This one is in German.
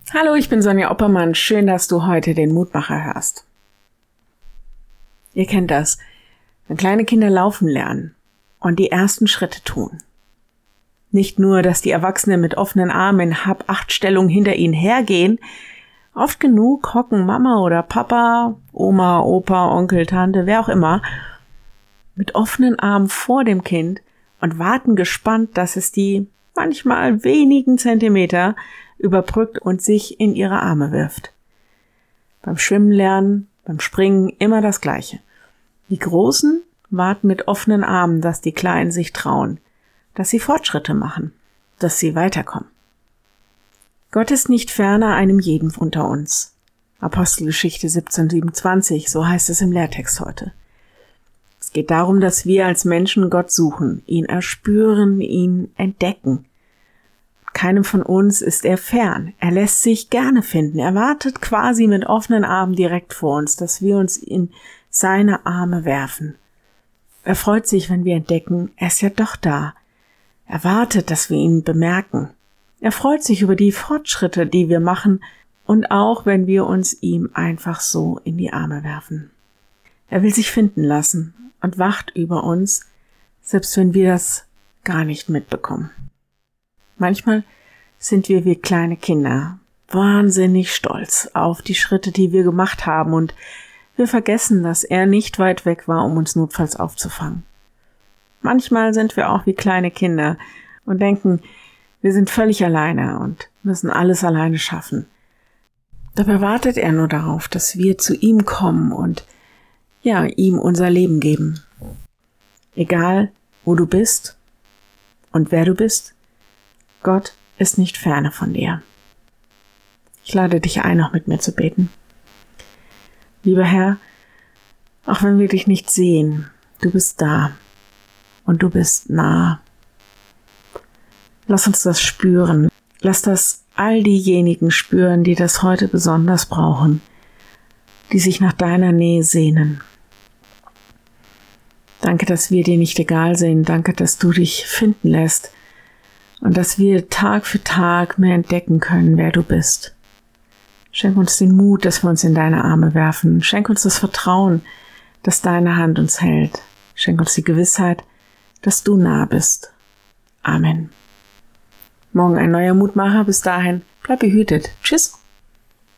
Hallo, ich bin Sonja Oppermann. Schön, dass du heute den Mutmacher hörst. Ihr kennt das, wenn kleine Kinder laufen lernen und die ersten Schritte tun. Nicht nur, dass die Erwachsenen mit offenen Armen in Hab-Acht-Stellung hinter ihnen hergehen, oft genug hocken Mama oder Papa, Oma, Opa, Onkel, Tante, wer auch immer, mit offenen Armen vor dem Kind und warten gespannt, dass es die manchmal wenigen Zentimeter überbrückt und sich in ihre Arme wirft. Beim Schwimmen lernen, beim Springen immer das Gleiche. Die Großen warten mit offenen Armen, dass die Kleinen sich trauen, dass sie Fortschritte machen, dass sie weiterkommen. Gott ist nicht ferner einem jeden unter uns. Apostelgeschichte 17,27, so heißt es im Lehrtext heute. Es geht darum, dass wir als Menschen Gott suchen, ihn erspüren, ihn entdecken. Keinem von uns ist er fern. Er lässt sich gerne finden. Er wartet quasi mit offenen Armen direkt vor uns, dass wir uns in seine Arme werfen. Er freut sich, wenn wir entdecken, er ist ja doch da. Er wartet, dass wir ihn bemerken. Er freut sich über die Fortschritte, die wir machen und auch, wenn wir uns ihm einfach so in die Arme werfen. Er will sich finden lassen und wacht über uns, selbst wenn wir das gar nicht mitbekommen. Manchmal sind wir wie kleine Kinder, wahnsinnig stolz auf die Schritte, die wir gemacht haben, und wir vergessen, dass er nicht weit weg war, um uns notfalls aufzufangen. Manchmal sind wir auch wie kleine Kinder und denken, wir sind völlig alleine und müssen alles alleine schaffen. Dabei wartet er nur darauf, dass wir zu ihm kommen und ihm unser Leben geben. Egal, wo du bist und wer du bist, Gott ist nicht ferne von dir. Ich lade dich ein, noch mit mir zu beten. Lieber Herr, auch wenn wir dich nicht sehen, du bist da und du bist nah. Lass uns das spüren. Lass das all diejenigen spüren, die das heute besonders brauchen, die sich nach deiner Nähe sehnen. Danke, dass wir dir nicht egal sind. Danke, dass du dich finden lässt. Und dass wir Tag für Tag mehr entdecken können, wer du bist. Schenk uns den Mut, dass wir uns in deine Arme werfen. Schenk uns das Vertrauen, dass deine Hand uns hält. Schenk uns die Gewissheit, dass du nah bist. Amen. Morgen ein neuer Mutmacher. Bis dahin, bleib behütet. Tschüss.